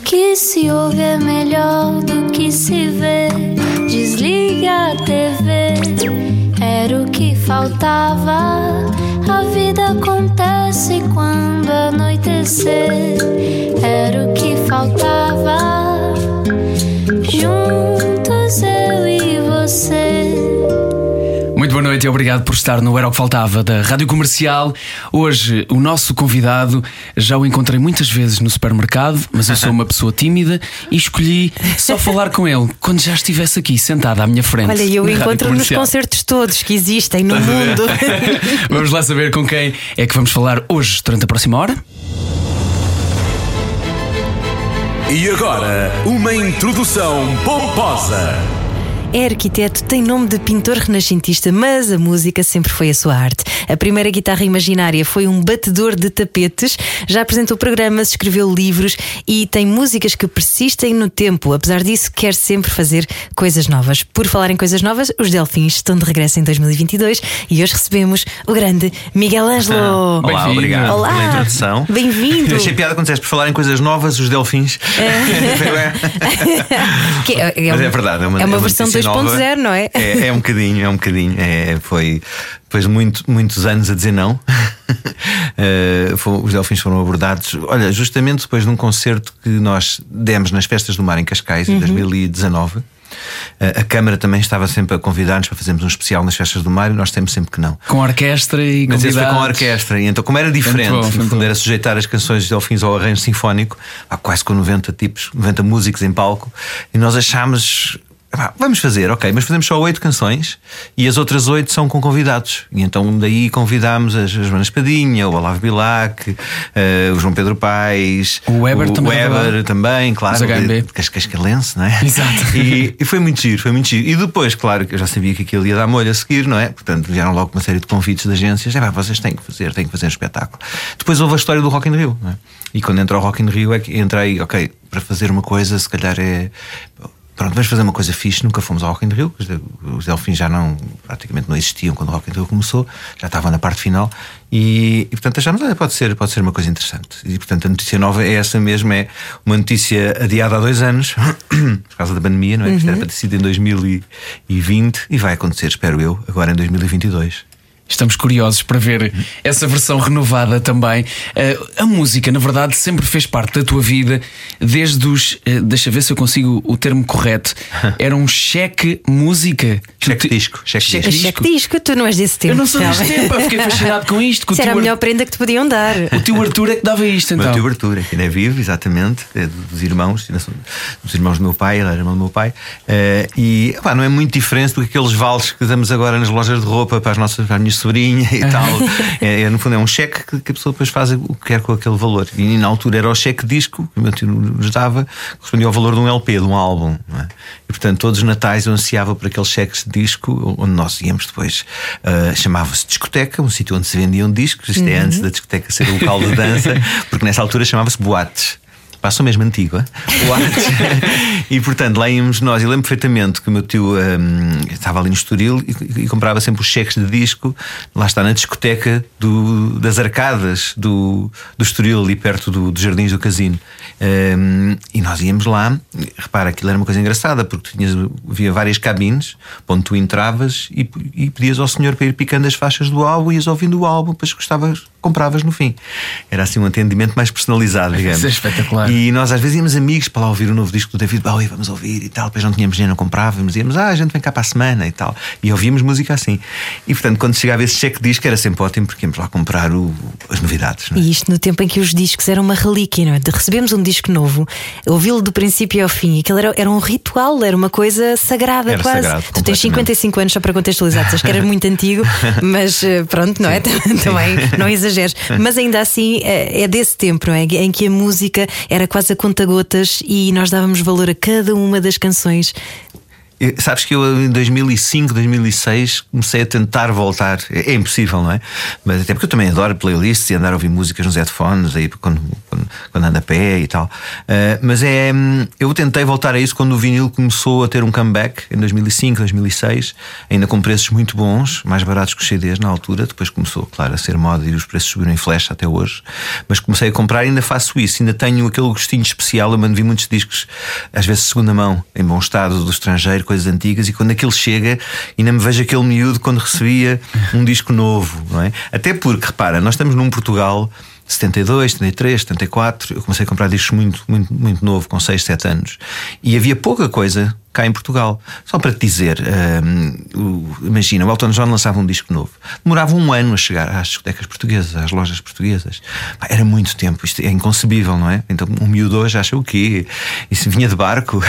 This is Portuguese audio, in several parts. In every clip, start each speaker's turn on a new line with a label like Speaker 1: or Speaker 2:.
Speaker 1: que se ouve é melhor do que se vê. Desliga a TV, era o que faltava. A vida acontece quando anoitecer, era o que faltava. Juntos eu e você.
Speaker 2: Muito boa noite e obrigado por estar no Era o que Faltava da Rádio Comercial. Hoje o nosso convidado já o encontrei muitas vezes no supermercado, mas eu sou uma pessoa tímida e escolhi só falar com ele quando já estivesse aqui sentado à minha frente.
Speaker 3: Olha, eu encontro nos concertos todos que existem no mundo.
Speaker 2: Vamos lá saber com quem é que vamos falar hoje durante a próxima hora.
Speaker 4: E agora, uma introdução pomposa.
Speaker 3: É arquiteto, tem nome de pintor renascentista, mas a música sempre foi a sua arte. A primeira guitarra imaginária foi um batedor de tapetes. Já apresentou programas, escreveu livros e tem músicas que persistem no tempo. Apesar disso, quer sempre fazer coisas novas. Por falar em coisas novas, os Delfins estão de regresso em 2022 e hoje recebemos o grande Miguel Ângelo.
Speaker 5: Olá, obrigado
Speaker 3: Olá.
Speaker 5: pela introdução.
Speaker 3: Bem-vindo.
Speaker 5: Eu achei piada quando disseste por falar em coisas novas, os Delfins. Mas é verdade,
Speaker 3: é uma versão 2.0, não é?
Speaker 5: É um bocadinho. Foi depois de muitos anos a dizer não. Os Delfins foram abordados, olha, justamente depois de um concerto que nós demos nas Festas do Mar em Cascais, em 2019. A Câmara também estava sempre a convidar-nos para fazermos um especial nas Festas do Mar e nós temos sempre que não.
Speaker 2: Com orquestra e
Speaker 5: mas esse foi com
Speaker 2: convidados.
Speaker 5: orquestra. E então, como era diferente, no fundo era sujeitar as canções dos Delfins ao arranjo sinfónico, quase com 90 músicos em palco, e nós achámos. Vamos fazer, ok, mas fazemos só 8 canções e as outras 8 são com convidados. E então daí convidámos a Joana Espadinha, o Olavo Bilac, o João Pedro Paes,
Speaker 2: o Weber
Speaker 5: também, claro,
Speaker 2: de
Speaker 5: Cascalense, não é?
Speaker 2: Exato.
Speaker 5: E foi muito giro. E depois, claro, que eu já sabia que aquilo ia dar molho a seguir, não é? Portanto, vieram logo uma série de convites de agências. Vocês têm que fazer um espetáculo. Depois houve a história do Rock in Rio, não é? E quando entrou o Rock in Rio é que entrei, ok, para fazer uma coisa, se calhar é. Pronto, vamos fazer uma coisa fixe. Nunca fomos ao Rock in Rio. Os Delfins já praticamente não existiam quando o Rock in Rio começou. Já estavam na parte final. E portanto achámos, pode ser uma coisa interessante. E portanto a notícia nova é essa mesmo. É uma notícia adiada há 2 anos por causa da pandemia, não é? Isto era para ter sido em 2020 e vai acontecer, espero eu, agora em 2022.
Speaker 2: Estamos curiosos para ver essa versão renovada também. A música, na verdade, sempre fez parte da tua vida. Desde os. Deixa ver se eu consigo o termo correto. Era um cheque música.
Speaker 5: Cheque-disco.
Speaker 3: Cheque-disco, tu não és desse tempo.
Speaker 2: Eu não sou desse tempo, eu fiquei fascinado com isto.
Speaker 3: Isso era a melhor prenda que te podiam dar.
Speaker 2: O tio Arthur é que dava isto, então.
Speaker 5: O tio Arthur, que ainda é vivo, exatamente. É dos irmãos do meu pai, ele era irmão do meu pai. E não é muito diferente do que aqueles vales que damos agora nas lojas de roupa para as minhas sobrinha e tal. No fundo é um cheque que a pessoa depois faz o que quer com aquele valor. E na altura era o cheque disco que o meu tio nos dava, correspondia ao valor de um LP, de um álbum, não é? E portanto todos os natais eu ansiava por aqueles cheques de disco onde nós íamos depois. Chamava-se discoteca, um sítio onde se vendiam discos. Isto é antes da discoteca ser o local de dança, porque nessa altura chamava-se boates. Passou mesmo antigo, E portanto lá íamos nós. E lembro perfeitamente que o meu tio estava ali no Estoril e comprava sempre os cheques de disco. Lá está, na discoteca das arcadas do Estoril, ali perto dos Jardins do Casino. E nós íamos lá. Repara, aquilo era uma coisa engraçada, porque havia várias cabines onde tu entravas e pedias ao senhor para ir picando as faixas do álbum, ias ouvindo o álbum, depois compravas no fim. Era assim um atendimento mais personalizado, digamos.
Speaker 2: Isso é espetacular.
Speaker 5: E nós às vezes íamos amigos para lá ouvir o novo disco do David Bowie, vamos ouvir e tal. Depois não tínhamos dinheiro, não comprávamos, íamos, a gente vem cá para a semana e tal. E ouvíamos música assim. E portanto, quando chegava esse cheque disco era sempre ótimo, porque íamos lá comprar as novidades, não é?
Speaker 3: E isto no tempo em que os discos eram uma relíquia, não é? De recebemos um disco novo, ouvi-lo do princípio ao fim, e aquilo era um ritual, era uma coisa sagrada,
Speaker 5: era
Speaker 3: quase.
Speaker 5: Sagrado,
Speaker 3: tu tens 55 anos, só para contextualizar, acho que eras muito antigo, mas pronto, não é? Também não exageres. Mas ainda assim é desse tempo, não é? Em que a música era quase a conta-gotas e nós dávamos valor a cada uma das canções.
Speaker 5: Sabes que eu em 2005, 2006 comecei a tentar voltar. É impossível, não é? Mas até porque eu também adoro playlists e andar a ouvir músicas nos headphones aí quando ando a pé e tal. Mas eu tentei voltar a isso quando o vinil começou a ter um comeback em 2005, 2006, ainda com preços muito bons, mais baratos que os CDs na altura. Depois começou, claro, a ser moda e os preços subiram em flash até hoje. Mas comecei a comprar e ainda faço isso. Ainda tenho aquele gostinho especial. Eu mando muitos discos, às vezes de segunda mão, em bom estado, do estrangeiro, coisas antigas, e quando aquilo chega, ainda me vejo aquele miúdo quando recebia um disco novo, não é? Até porque, repara, nós estamos num Portugal 72, 73, 74. Eu comecei a comprar discos muito novo, com 6, 7 anos, e havia pouca coisa cá em Portugal. Só para te dizer, imagina, o Elton John lançava um disco novo, demorava um ano a chegar às discotecas portuguesas, às lojas portuguesas. Era muito tempo, isto é inconcebível, não é? Então um miúdo hoje acha o quê? Isso vinha de barco.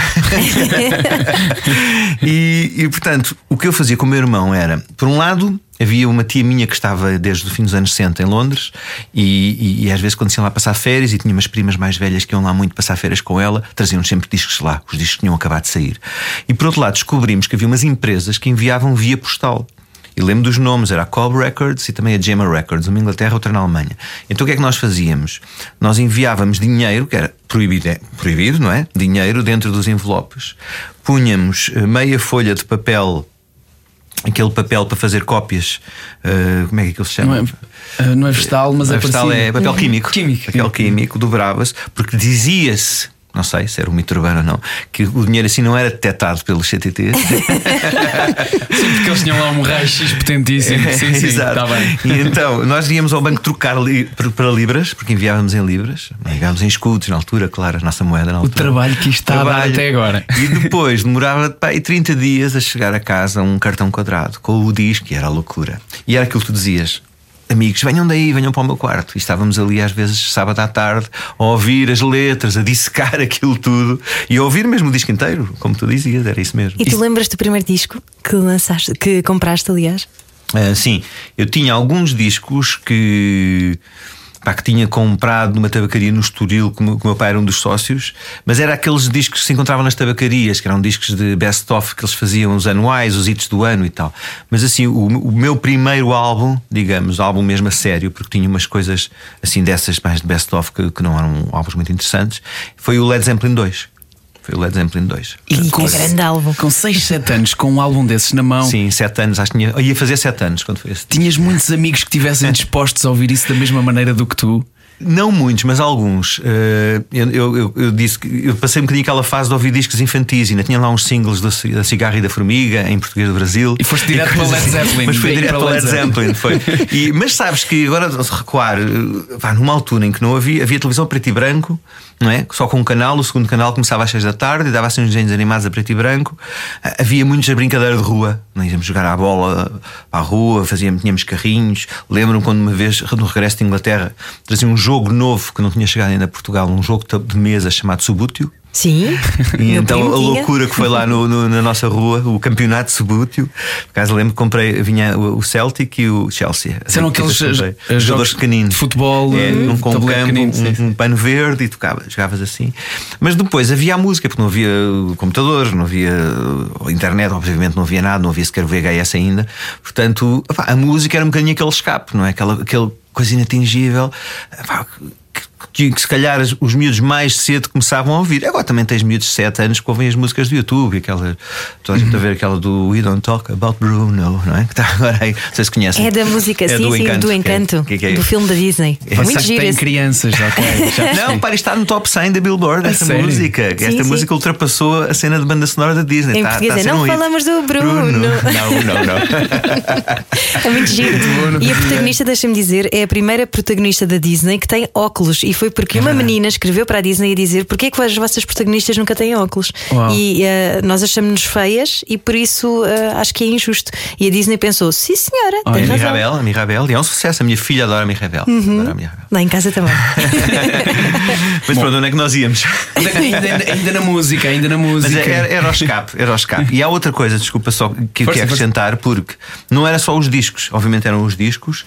Speaker 5: e portanto, o que eu fazia com o meu irmão era, por um lado, havia uma tia minha que estava desde o fim dos anos 60 em Londres, e às vezes quando iam lá passar férias, e tinha umas primas mais velhas que iam lá muito passar férias com ela, traziam sempre discos lá, os discos tinham acabado de sair. E por outro lado descobrimos que havia umas empresas que enviavam via postal. E lembro dos nomes, era a Cobb Records e também a Gemma Records, uma em Inglaterra, outra na Alemanha. Então o que é que nós fazíamos? Nós enviávamos dinheiro, que era proibido, não é? Dinheiro dentro dos envelopes. Punhamos meia folha de papel, aquele papel para fazer cópias, como é que aquilo se chama?
Speaker 2: Não é vegetal, mas
Speaker 5: vegetal é papel químico. Papel
Speaker 2: químico,
Speaker 5: químico, dobrava-se, porque dizia-se, não sei se era um mito urbano ou não, que o dinheiro assim não era detectado pelos CTT.
Speaker 2: Sim, porque eles tinham lá um raio-x potentíssimo. Sim, está bem.
Speaker 5: E então nós íamos ao banco trocar para libras, porque enviávamos em libras, enviávamos em escudos na altura, claro, a nossa moeda na altura.
Speaker 2: O trabalho que isto está a dar até agora.
Speaker 5: E depois demorava 30 dias a chegar a casa um cartão quadrado com o disco, e era a loucura. E era aquilo que tu dizias: amigos, venham daí, venham para o meu quarto. E estávamos ali às vezes sábado à tarde a ouvir as letras, a dissecar aquilo tudo e a ouvir mesmo o disco inteiro, como tu dizias, era isso mesmo.
Speaker 3: E tu lembras do primeiro disco que lançaste, que compraste, aliás?
Speaker 5: Sim, eu tinha alguns discos que tinha comprado numa tabacaria no Estoril, que o meu pai era um dos sócios, mas era aqueles discos que se encontravam nas tabacarias, que eram discos de best-of que eles faziam, os anuais, os hits do ano e tal. Mas assim, o meu primeiro álbum, digamos, álbum mesmo a sério, porque tinha umas coisas assim dessas mais de best-of que não eram álbuns muito interessantes, foi o Led Zeppelin 2. Foi o Led Zeppelin 2.
Speaker 3: E com grande álbum.
Speaker 2: Com 6, 7 anos, com um álbum desses na mão.
Speaker 5: Sim, 7 anos, acho que ia fazer 7 anos quando foi esse.
Speaker 2: Tinhas muitos amigos que estivessem dispostos a ouvir isso da mesma maneira do que tu?
Speaker 5: Não muitos, mas alguns. Eu disse que eu passei um bocadinho aquela fase de ouvir discos infantis, ainda tinha lá uns singles da Cigarra e da Formiga em português do Brasil.
Speaker 2: E foste direto para Led Zeppelin.
Speaker 5: Mas foi direto para Led Zeppelin, foi. Mas sabes que agora, se recuar, numa altura em que não havia televisão preto e branco, não é? Só com um canal, o segundo canal começava às 6 da tarde e dava assim uns desenhos animados a preto e branco. Havia muitas brincadeiras de rua, nós íamos jogar à bola para a rua, tínhamos carrinhos. Lembro-me quando uma vez, no regresso de Inglaterra, trazia um jogo novo que não tinha chegado ainda a Portugal, um jogo de mesa chamado Subútil.
Speaker 3: Sim.
Speaker 5: E então a loucura que foi lá na nossa rua, o campeonato de Subútil. Por acaso lembro que vinha o Celtic e o Chelsea.
Speaker 2: São aqueles
Speaker 5: jogadores pequeninos
Speaker 2: de futebol,
Speaker 5: com um campo, um pano verde, e jogavas assim. Mas depois havia a música, porque não havia computadores, não havia internet, obviamente não havia nada, não havia sequer VHS ainda. Portanto, a música era um bocadinho aquele escape, não é? Aquela coisa inatingível. Que se calhar os miúdos mais cedo começavam a ouvir. Agora também tens miúdos de 7 anos que ouvem as músicas do YouTube, toda a gente a ver aquela do We Don't Talk About Bruno, não é? Que está agora aí, não sei se conhecem.
Speaker 3: É da música, sim, do Encanto, do filme da Disney.
Speaker 2: Muito giro. Tem crianças, ok.
Speaker 5: Não, para estar no top 100 da Billboard, esta música. Esta música ultrapassou a cena de banda sonora da Disney.
Speaker 3: Em português, não falamos do Bruno.
Speaker 5: Não.
Speaker 3: É muito giro. E a protagonista, deixa-me dizer, é a primeira protagonista da Disney que tem óculos. E foi porque uma menina escreveu para a Disney a dizer: porque é que as vossas protagonistas nunca têm óculos?
Speaker 2: Uau.
Speaker 3: E nós achamos-nos feias e por isso acho que é injusto. E a Disney pensou: sim senhora, tem razão.
Speaker 5: A Mirabel, e é um sucesso. A minha filha adora a Mirabel.
Speaker 3: Lá em casa também.
Speaker 5: Mas pronto, onde é que nós íamos?
Speaker 2: Ainda na música.
Speaker 5: Mas era o escape. E há outra coisa, desculpa só, que eu quero acrescentar, porque não era só os discos, obviamente eram os discos.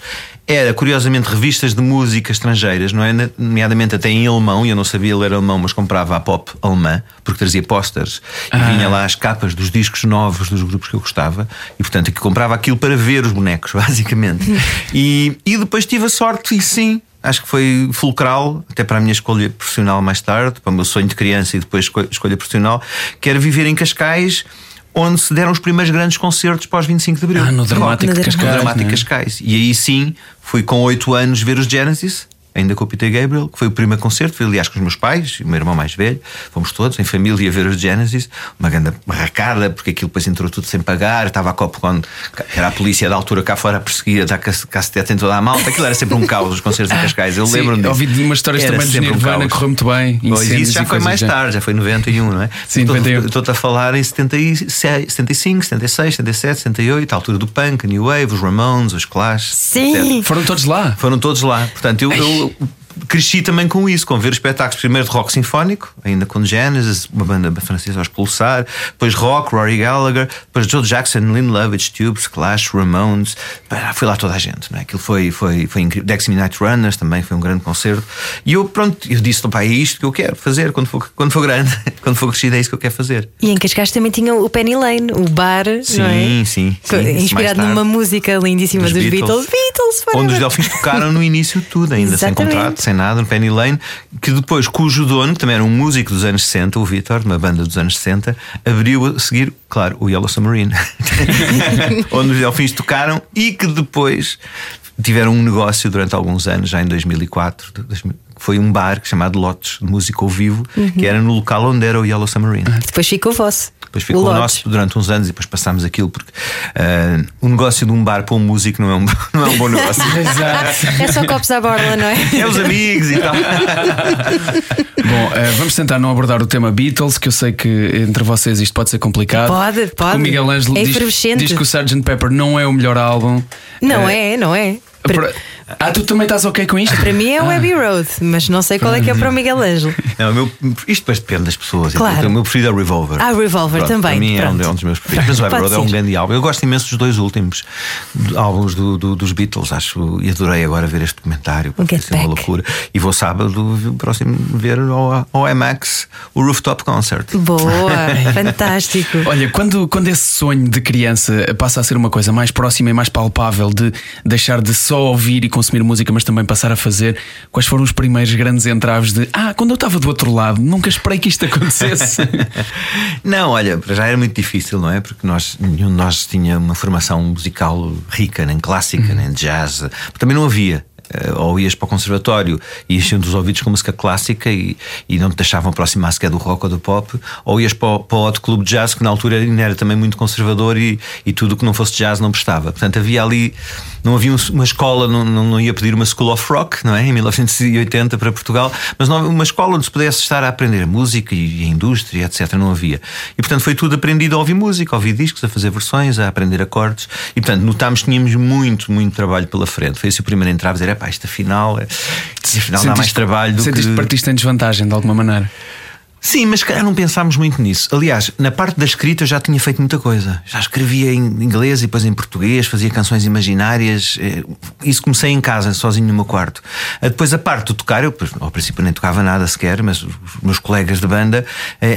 Speaker 5: era, curiosamente, revistas de música estrangeiras, não é? Nomeadamente até em alemão, e eu não sabia ler alemão, mas comprava a pop alemã, porque trazia posters e vinha lá as capas dos discos novos dos grupos que eu gostava, e portanto que comprava aquilo para ver os bonecos, basicamente. E depois tive a sorte, e sim, acho que foi fulcral, até para a minha escolha profissional mais tarde, para o meu sonho de criança e depois escolha profissional, que era viver em Cascais, onde se deram os primeiros grandes concertos pós 25 de Abril.
Speaker 2: No Dramático de Cascais.
Speaker 5: No Dramático Cascais. E aí sim, fui com 8 anos ver os Genesis, ainda com o Peter Gabriel, que foi o primeiro concerto. Fui, aliás, com os meus pais e o meu irmão mais velho. Fomos todos em família a ver os Genesis. Uma grande barracada, porque aquilo depois entrou tudo sem pagar. Estava a copo quando era a polícia da altura cá fora a perseguir, a dar cacetete em toda a malta. Aquilo era sempre um caos, os concertos em Cascais. Eu lembro-me disso.
Speaker 2: Ouvi de umas histórias
Speaker 5: era
Speaker 2: também de Nirvana, correu muito bem.
Speaker 5: Pois, isso já foi mais tarde, já foi em 91, não é?
Speaker 2: Sim, 91.
Speaker 5: Estou-te a falar em 76, 75, 76, 77, 78, a altura do punk, a New Wave, os Ramones, os Clash.
Speaker 3: Sim.
Speaker 5: Etc.
Speaker 2: Foram todos lá.
Speaker 5: Foram todos lá. Portanto, eu cresci também com isso, com ver espetáculos primeiro de rock sinfónico, ainda com Genesis, uma banda francesa aos Pulsar, depois rock, Rory Gallagher, depois Joe Jackson, Lynn Lovitch, Tubes, Clash, Ramones. Foi lá toda a gente, não é? Aquilo foi incrível. Dexys Midnight Runners também foi um grande concerto. E eu disse: é isto que eu quero fazer quando for grande, quando for crescido, é isso que eu quero fazer.
Speaker 3: E em Cascais também tinha o Penny Lane, o bar,
Speaker 5: sim,
Speaker 3: não é?
Speaker 5: Sim.
Speaker 3: Inspirado numa música lindíssima dos Beatles.
Speaker 5: Onde os Delfins tocaram no início de tudo, ainda sem contrato, sem nada, no Penny Lane, que depois, cujo dono, que também era um músico dos anos 60, o Vítor, de uma banda dos anos 60, abriu a seguir, claro, o Yellow Submarine, onde os Delfins tocaram, e que depois tiveram um negócio durante alguns anos, já em 2004, foi um bar chamado Lotes, de música ao vivo, que era no local onde era o Yellow Submarine.
Speaker 3: Depois ficou o vosso.
Speaker 5: Depois ficou o nosso durante uns anos, e depois passámos aquilo, porque o negócio de um bar para um músico não é um bom negócio.
Speaker 2: Exato.
Speaker 3: É só copos à borla, não é?
Speaker 5: É os amigos e tal.
Speaker 2: Bom, vamos tentar não abordar o tema Beatles, que eu sei que entre vocês isto pode ser complicado.
Speaker 3: Pode.
Speaker 2: O Miguel Ângelo diz que o Sgt. Pepper não é o melhor álbum.
Speaker 3: Não é.
Speaker 2: Tu também estás ok com isto?
Speaker 3: Para mim é o Abbey Road, mas não sei qual é que é para o Miguel Ângelo.
Speaker 5: Não, isto depois depende das pessoas.
Speaker 3: Claro.
Speaker 5: O meu preferido é o Revolver.
Speaker 3: Revolver também.
Speaker 5: Para mim é um dos meus preferidos. Mas o Abbey Road é um grande álbum. Eu gosto imenso dos dois últimos álbuns dos Beatles, acho. E adorei agora ver este documentário.
Speaker 3: Get
Speaker 5: Back. Uma loucura. E vou sábado próximo ver ao IMAX o Rooftop Concert.
Speaker 3: Boa, fantástico.
Speaker 2: Olha, quando esse sonho de criança passa a ser uma coisa mais próxima e mais palpável, de deixar de só ouvir e consumir música, mas também passar a fazer, quais foram os primeiros grandes entraves de quando eu estava do outro lado, nunca esperei que isto acontecesse?
Speaker 5: Não, olha, já era muito difícil, não é? Porque nenhum de nós tinha uma formação musical rica, nem clássica, nem jazz, também não havia. Ou ias para o conservatório e enchiam dos ouvidos com música clássica e não te deixavam aproximar sequer do rock ou do pop, ou ias para o Hot Club de Jazz, que na altura ainda era também muito conservador e tudo o que não fosse jazz não prestava. Portanto, havia ali, não havia uma escola, não ia pedir uma School of Rock, não é? Em 1980 para Portugal, mas não havia uma escola onde se pudesse estar a aprender música e a indústria, etc. Não havia. E portanto foi tudo aprendido a ouvir música, a ouvir discos, a fazer versões, a aprender acordes. E portanto notámos que tínhamos muito trabalho pela frente. Foi esse o primeiro a entrar a dizer: isto afinal dá mais trabalho do que...
Speaker 2: Sentiste que partiste em desvantagem de alguma maneira?
Speaker 5: Sim, mas calhar não pensámos muito nisso. Aliás, na parte da escrita eu já tinha feito muita coisa. Já escrevia em inglês e depois em português, fazia canções imaginárias. Isso comecei em casa, sozinho no meu quarto. Depois a parte de tocar, eu ao princípio nem tocava nada sequer, mas os meus colegas de banda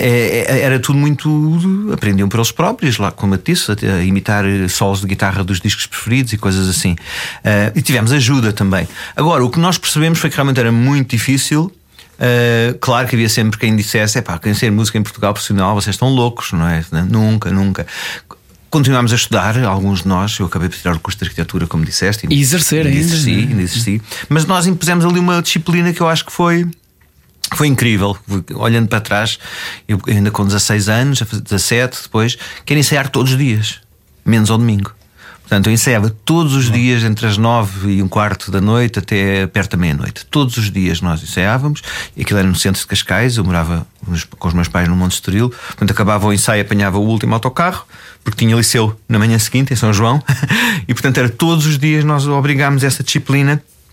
Speaker 5: era tudo muito... aprendiam por eles próprios, lá, como eu disse, a imitar solos de guitarra dos discos preferidos e coisas assim. E tivemos ajuda também. Agora, o que nós percebemos foi que realmente era muito difícil. Claro que havia sempre quem dissesse: conhecer música em Portugal profissional, vocês estão loucos, não é? Nunca. Continuámos a estudar, alguns de nós. Eu acabei por tirar o curso de arquitetura, como disseste,
Speaker 2: e exercer ainda.
Speaker 5: Exerci. Mas nós impusemos ali uma disciplina que eu acho que foi incrível. Olhando para trás, eu ainda com 16 anos, 17 depois, quero ensaiar todos os dias, menos ao domingo. Portanto, eu ensaiava todos os dias, entre as 9h15 da noite até perto da meia-noite. Todos os dias nós ensaiávamos. E aquilo era no centro de Cascais. Eu morava com os meus pais no Monte Estoril. Portanto, acabava o ensaio, apanhava o último autocarro, porque tinha liceu na manhã seguinte, em São João. E portanto, era todos os dias nós obrigámos essa disciplina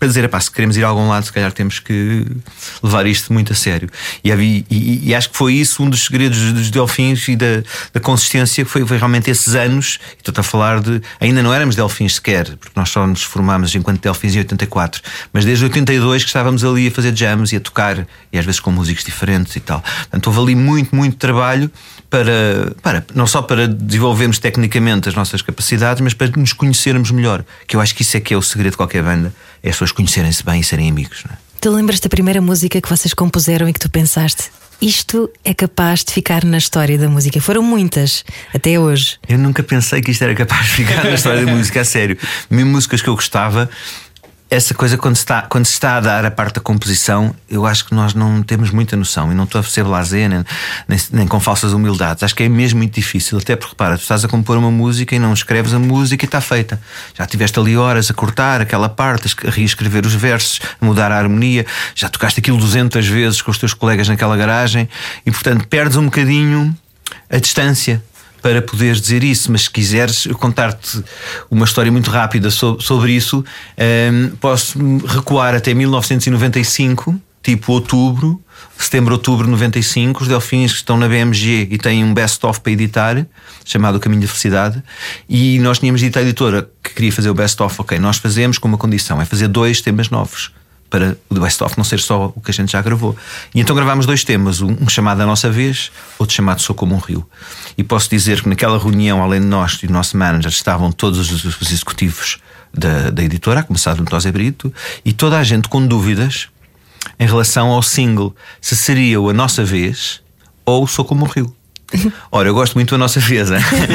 Speaker 5: para dizer, se queremos ir a algum lado, se calhar temos que levar isto muito a sério. E acho que foi isso um dos segredos dos Delfins e da consistência, que foi realmente esses anos. Estou a falar de. Ainda não éramos Delfins sequer, porque nós só nos formámos enquanto Delfins em 84, mas desde 82 que estávamos ali a fazer jams e a tocar, e às vezes com músicos diferentes e tal. Portanto, houve ali muito, muito trabalho para não só para desenvolvermos tecnicamente as nossas capacidades, mas para nos conhecermos melhor. Que eu acho que isso é que é o segredo de qualquer banda, é as pessoas conhecerem-se bem e serem amigos, não é?
Speaker 3: Tu lembras da primeira música que vocês compuseram e que tu pensaste: isto é capaz de ficar na história da música? Foram muitas, até hoje.
Speaker 5: Eu nunca pensei que isto era capaz de ficar na história da música, a sério. Mesmo músicas que eu gostava, essa coisa, quando se está a dar a parte da composição, eu acho que nós não temos muita noção. E não estou a ser blasé, nem com falsas humildades. Acho que é mesmo muito difícil. Até porque, repara, tu estás a compor uma música e não escreves a música e está feita. Já tiveste ali horas a cortar aquela parte, a reescrever os versos, a mudar a harmonia. Já tocaste aquilo 200 vezes com os teus colegas naquela garagem. E, portanto, perdes um bocadinho a distância para poderes dizer isso. Mas se quiseres contar-te uma história muito rápida sobre isso, posso recuar até 1995, tipo setembro-outubro de 95. Os Delfins estão na BMG e têm um best-of para editar, chamado O Caminho da Felicidade, e nós tínhamos dito à editora que queria fazer o best-of. Ok, nós fazemos com uma condição, é fazer 2 temas novos, para o best-of não ser só o que a gente já gravou. E então gravámos 2 temas, um chamado A Nossa Vez, outro chamado Sou Como um Rio. E posso dizer que naquela reunião, além de nós e do nosso manager, estavam todos os executivos da editora, a começar do Tosé Brito, e toda a gente com dúvidas em relação ao single, se seria o A Nossa Vez ou Sou Como um Rio. Ora, eu gosto muito da Nossa Vez,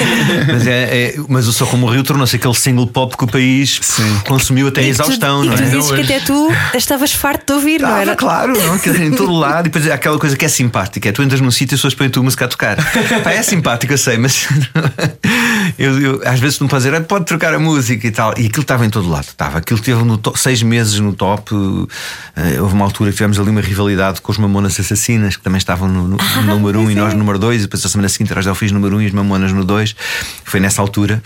Speaker 5: mas o Sou Como o Rio tornou-se aquele single pop que o país consumiu até a exaustão, não é?
Speaker 3: E tu dizes que até tu estavas farto de ouvir, não era?
Speaker 5: Claro, não? Em todo lado. E depois há aquela coisa que é simpática, é tu entras num sítio e as pessoas põem a tua música a tocar. É simpático, eu sei, mas eu às vezes não posso dizer, pode trocar a música e tal. E aquilo estava em todo lado. Aquilo teve 6 meses no top. Houve uma altura que tivemos ali uma rivalidade com os Mamonas Assassinas, que também estavam no número 1 e nós no número 2. E depois a semana seguinte era os Delfins número 1 e os Mamonas no 2. Foi nessa altura,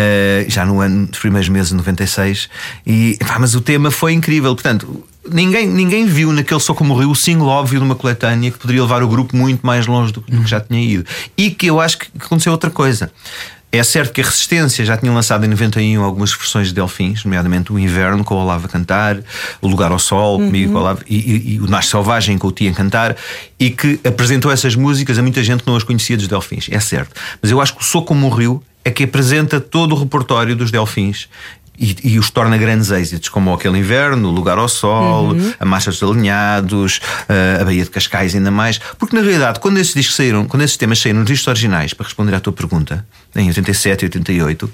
Speaker 5: já no ano dos primeiros meses de 96. Mas o tema foi incrível. Portanto, ninguém viu naquele Sou Como o Rio o single óbvio de uma coletânea que poderia levar o grupo muito mais longe do que já tinha ido. E que eu acho que aconteceu outra coisa. É certo que a Resistência já tinha lançado em 91 algumas versões de Delfins, nomeadamente o Inverno, com o Olavo a cantar, o Lugar ao Sol, comigo com o Olavo, e o Nasce Selvagem, com o Tia a cantar, e que apresentou essas músicas a muita gente que não as conhecia dos Delfins, é certo. Mas eu acho que o Sou Como um Rio é que apresenta todo o repertório dos Delfins e os torna grandes êxitos, como aquele Inverno, o Lugar ao Sol, a Marcha dos Alinhados, a Baía de Cascais, ainda mais. Porque na realidade, quando esses temas saíram nos discos originais, para responder à tua pergunta, em 87 e 88,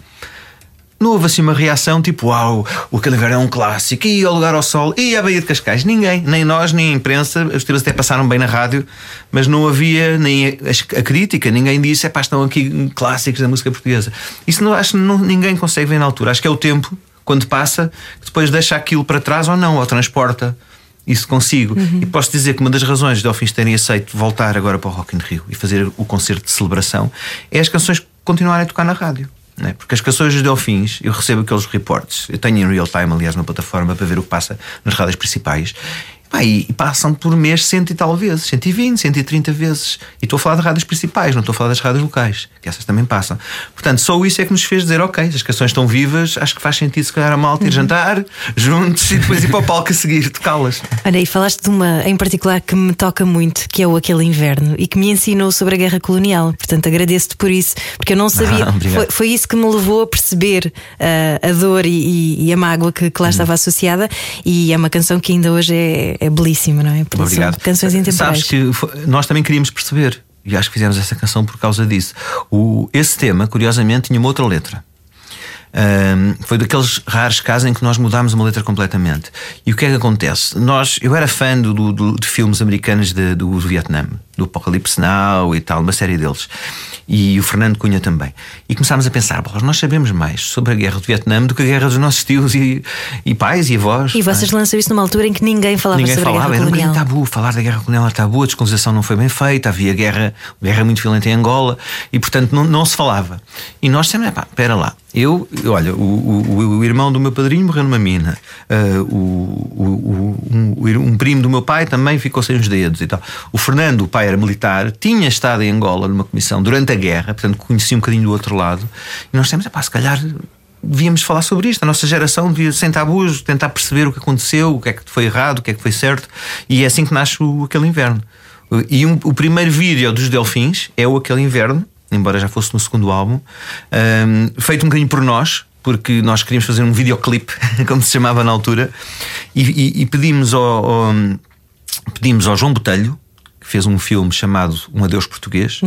Speaker 5: não houve assim uma reação tipo, uau, o Aquele Inverno é um clássico, e o Lugar ao Sol, e a Baía de Cascais. Ninguém, nem nós, nem a imprensa. Os temas até passaram bem na rádio, mas não havia nem a crítica. Ninguém disse, estão aqui clássicos da música portuguesa. Isso ninguém consegue ver na altura. Acho que é o tempo, quando passa, que depois deixa aquilo para trás ou não, ou transporta isso consigo. E posso dizer que uma das razões de Delfins terem aceito voltar agora para o Rock in Rio e fazer o concerto de celebração é as canções continuarem a tocar na rádio. Porque as canções dos Delfins, eu recebo aqueles reportes, eu tenho em real time, aliás, na plataforma, para ver o que passa nas rádios principais. E passam por mês 100 e tal vezes, 120, 130 vezes. E estou a falar de rádios principais, não estou a falar das rádios locais, que essas também passam. Portanto, só isso é que nos fez dizer, ok, as canções estão vivas, acho que faz sentido se calhar a malta ir jantar juntos e depois ir para o palco a seguir, tocá-las.
Speaker 3: Olha, e falaste de uma em particular que me toca muito, que é o Aquele Inverno, e que me ensinou sobre a guerra colonial. Portanto, agradeço-te por isso, porque eu não sabia. Foi isso que me levou a perceber a dor e a mágoa que lá estava associada. E é uma canção que ainda hoje é belíssima, não é? Porque
Speaker 5: obrigado.
Speaker 3: São canções intemporais.
Speaker 5: Sabes que nós também queríamos perceber, e acho que fizemos essa canção por causa disso. Esse tema, curiosamente, tinha uma outra letra. Foi daqueles raros casos em que nós mudámos uma letra completamente. E o que é que acontece? Eu era fã de filmes americanos do Vietnã, do Apocalipse Now e tal, uma série deles. E o Fernando Cunha também. E começámos a pensar, nós sabemos mais sobre a guerra do Vietnã do que a guerra dos nossos tios e pais e avós.
Speaker 3: E vocês lançam isso numa altura em que ninguém falava sobre a guerra colonial.
Speaker 5: Era um bocadinho tabu, falar da guerra colonial era tabu, a descolonização não foi bem feita, havia guerra muito violenta em Angola e, portanto, não se falava. E nós sempre, espera lá. Olha, o irmão do meu padrinho morreu numa mina. Um primo do meu pai também ficou sem os dedos e tal. O Fernando, o pai era militar, tinha estado em Angola numa comissão durante a guerra, portanto conhecia um bocadinho do outro lado. E nós temos, se calhar devíamos falar sobre isto. A nossa geração devia, sem tabus, tentar perceber o que aconteceu, o que é que foi errado, o que é que foi certo. E é assim que nasce aquele inverno. E o primeiro vídeo dos Delfins é Aquele Inverno, embora já fosse no segundo álbum, feito um bocadinho por nós, porque nós queríamos fazer um videoclipe, como se chamava na altura, e pedimos ao João Botelho, que fez um filme chamado Um Adeus Português,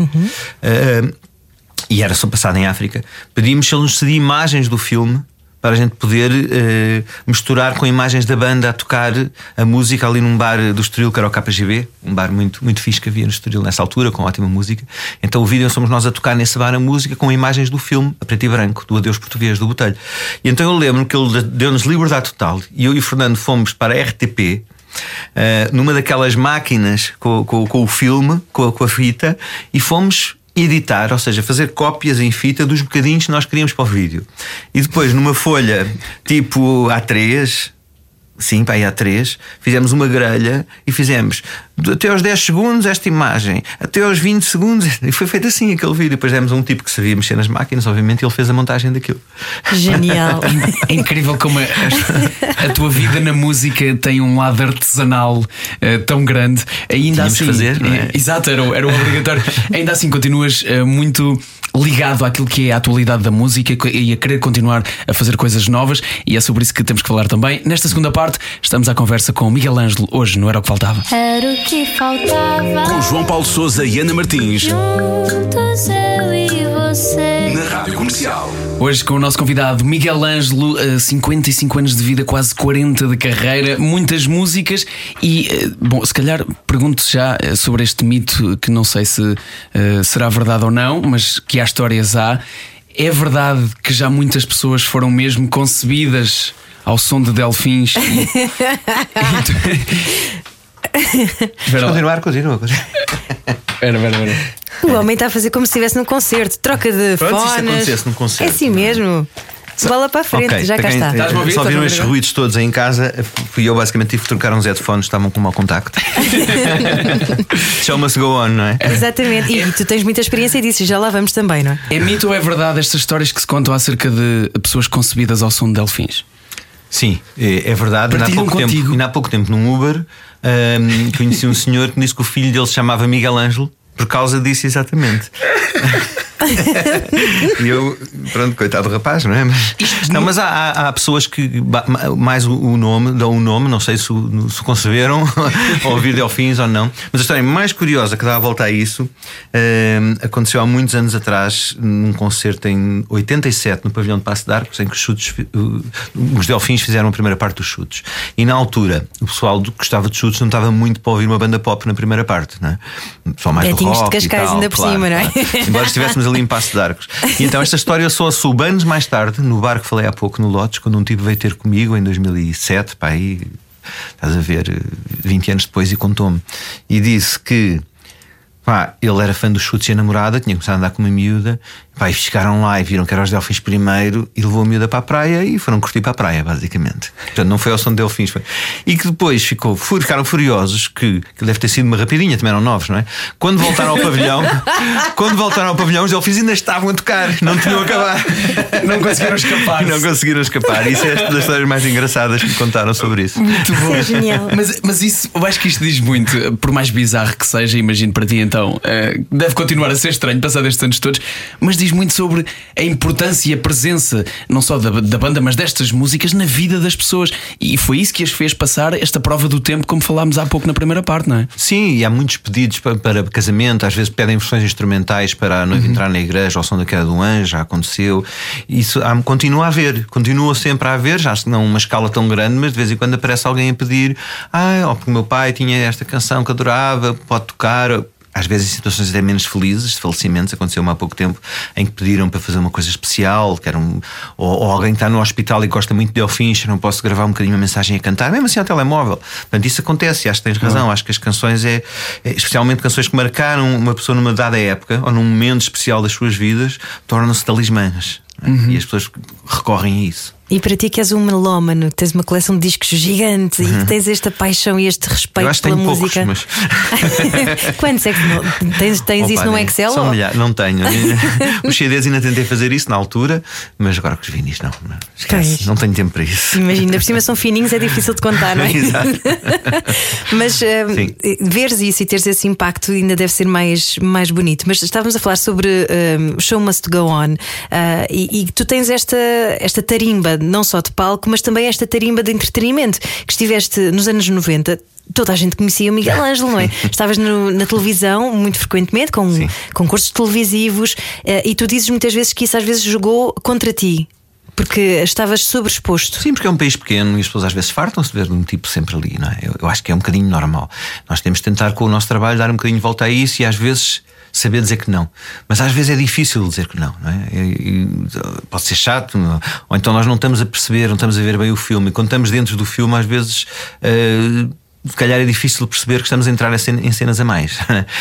Speaker 5: e era só passado em África. Pedimos se ele nos cedia imagens do filme para a gente poder misturar com imagens da banda a tocar a música ali num bar do Estoril, que era o KGB, um bar muito, muito fixe que havia no Estoril nessa altura, com ótima música. Então o vídeo somos nós a tocar nesse bar a música com imagens do filme, a preto e branco, do Adeus Português, do Botelho. E então eu lembro que ele deu-nos liberdade total, e eu e o Fernando fomos para a RTP, numa daquelas máquinas com o filme, com a fita, e fomos editar, ou seja, fazer cópias em fita dos bocadinhos que nós queríamos para o vídeo. E depois, numa folha tipo A3, sim, para aí A3, fizemos uma grelha e fizemos até aos 10 segundos esta imagem, até aos 20 segundos, e foi feito assim aquele vídeo. Depois demos a um tipo que sabia mexer nas máquinas, obviamente, e ele fez a montagem daquilo.
Speaker 3: Genial.
Speaker 2: É incrível como a tua vida na música tem um lado artesanal tão grande. Ainda
Speaker 5: Tínhamos
Speaker 2: assim,
Speaker 5: fazer, não é?
Speaker 2: Exato, era o obrigatório. Ainda assim continuas muito ligado àquilo que é a atualidade da música e a querer continuar a fazer coisas novas, e é sobre isso que temos que falar também. Nesta segunda parte estamos à conversa com Miguel Ângelo, hoje no Era o que Faltava.
Speaker 1: Era o que faltava.
Speaker 4: Com João Paulo Sousa e Ana Martins.
Speaker 1: Juntos eu e você.
Speaker 4: Na Rádio Comercial.
Speaker 2: Hoje com o nosso convidado Miguel Ângelo, 55 anos de vida, quase 40 de carreira, muitas músicas e, bom, se calhar pergunto já sobre este mito que não sei se será verdade ou não, mas que há histórias há. É verdade que já muitas pessoas foram mesmo concebidas ao som de Delfins?
Speaker 5: Continua.
Speaker 2: Espera.
Speaker 3: O homem está a fazer como se estivesse num concerto, troca de
Speaker 5: Pronto, se isto
Speaker 3: fones.
Speaker 5: acontecesse num concerto.
Speaker 3: É assim mesmo. Bola para a frente,
Speaker 5: Ok,
Speaker 3: já cá
Speaker 5: para quem
Speaker 3: está.
Speaker 2: Estás-me a ouvir?
Speaker 5: só
Speaker 2: Estás-me
Speaker 5: viram
Speaker 2: a ouvir
Speaker 5: estes
Speaker 2: agora?
Speaker 5: ruídos todos em casa. Fui eu, basicamente tive que trocar uns headphones, estavam com mau contacto. Show must go on, não é?
Speaker 3: Exatamente, e tu tens muita experiência disso, e já lá vamos também, não é?
Speaker 2: É mito ou é verdade estas histórias que se contam acerca de pessoas concebidas ao som de Delfins?
Speaker 5: Sim, é verdade.
Speaker 2: Partilham contigo.
Speaker 5: Ainda há pouco tempo, num Uber, conheci um senhor que me disse que o filho dele se chamava Miguel Ângelo por causa disso, exatamente. E eu, pronto, coitado do rapaz, não é? Mas há pessoas que mais o nome, dão o nome, não sei se conceberam ou ouvir Delfins ou não. Mas a história mais curiosa que dá a volta a isso aconteceu há muitos anos atrás, num concerto em 87, no pavilhão de Passo de Arcos, em que os Delfins fizeram a primeira parte dos Chutes. E na altura, o pessoal que gostava de Chutes não estava muito para ouvir uma banda pop na primeira parte, não é? Só mais do rock
Speaker 3: de Cascais
Speaker 5: e tal,
Speaker 3: ainda por
Speaker 5: claro,
Speaker 3: cima, não é?
Speaker 5: Claro. Embora estivéssemos ali em Passo de Arcos. E então esta história só soube anos mais tarde, no bar que falei há pouco, no Lotes, quando um tipo veio ter comigo em 2007, pá, aí estás a ver, 20 anos depois, e contou-me. E disse que ele era fã dos Chutes e a namorada, tinha começado a andar com uma miúda, e chegaram lá e viram que eram os Delfins primeiro, e levou a miúda para a praia e foram curtir para a praia, basicamente. Portanto, não foi ao som de Delfins. E que depois ficaram furiosos, que deve ter sido uma rapidinha, também eram novos, não é? Quando voltaram ao pavilhão, os Delfins ainda estavam a tocar, não tinham acabado.
Speaker 2: Não conseguiram escapar.
Speaker 5: Isso é das histórias mais engraçadas que me contaram sobre isso.
Speaker 2: Muito bom.
Speaker 3: É genial.
Speaker 2: Mas isso, eu acho que isto diz muito, por mais bizarro que seja, imagino para ti então, deve continuar a ser estranho passar estes anos todos, mas diz muito sobre a importância e a presença não só da banda, mas destas músicas na vida das pessoas. E foi isso que as fez passar esta prova do tempo, como falámos há pouco na primeira parte, não é?
Speaker 5: Sim, e há muitos pedidos para casamento. Às vezes pedem versões instrumentais para a noiva entrar na igreja ao som da queda do anjo. Já aconteceu. Isso continua a haver, continua sempre a haver, já não uma escala tão grande, mas de vez em quando aparece alguém a pedir: porque o meu pai tinha esta canção que adorava, pode tocar. às vezes em situações até menos felizes, de falecimentos. Aconteceu-me há pouco tempo em que pediram para fazer uma coisa especial, ou alguém que está no hospital e gosta muito de Delfins, não posso gravar um bocadinho uma mensagem a cantar, mesmo assim ao telemóvel. Portanto, isso acontece, e acho que tens razão. Acho que as canções especialmente canções que marcaram uma pessoa numa dada época ou num momento especial das suas vidas, tornam-se talismãs. E as pessoas recorrem a isso.
Speaker 3: E para ti, que és um melómano, que tens uma coleção de discos gigante e que tens esta paixão e este respeito pela música.
Speaker 5: Poucos,
Speaker 3: mas... Quantos é que tens isso num Excel?
Speaker 5: São milhares, não tenho. Os CDs ainda tentei fazer isso na altura, mas agora com os vinis não. Esquece, não tenho tempo para isso.
Speaker 3: Imagina, por cima são fininhos, é difícil de contar, não é?
Speaker 5: Exato.
Speaker 3: Mas veres isso e teres esse impacto ainda deve ser mais bonito. Mas estávamos a falar sobre Show Must Go On, e tu tens esta tarimba, não só de palco, mas também esta tarimba de entretenimento, que estiveste nos anos 90. Toda a gente conhecia o Miguel Ângelo, não é? Estavas na televisão muito frequentemente, com concursos televisivos, e tu dizes muitas vezes que isso às vezes jogou contra ti, porque estavas sobreexposto.
Speaker 5: Sim, porque é um país pequeno e as pessoas às vezes fartam-se de ver um tipo sempre ali, não é? Eu acho que é um bocadinho normal. Nós temos de tentar com o nosso trabalho dar um bocadinho de volta a isso e às vezes saber dizer que não. Mas às vezes é difícil dizer que não, não é? Pode ser chato, ou então nós não estamos a perceber, não estamos a ver bem o filme. E quando estamos dentro do filme, às vezes se calhar é difícil perceber que estamos a entrar em cenas a mais.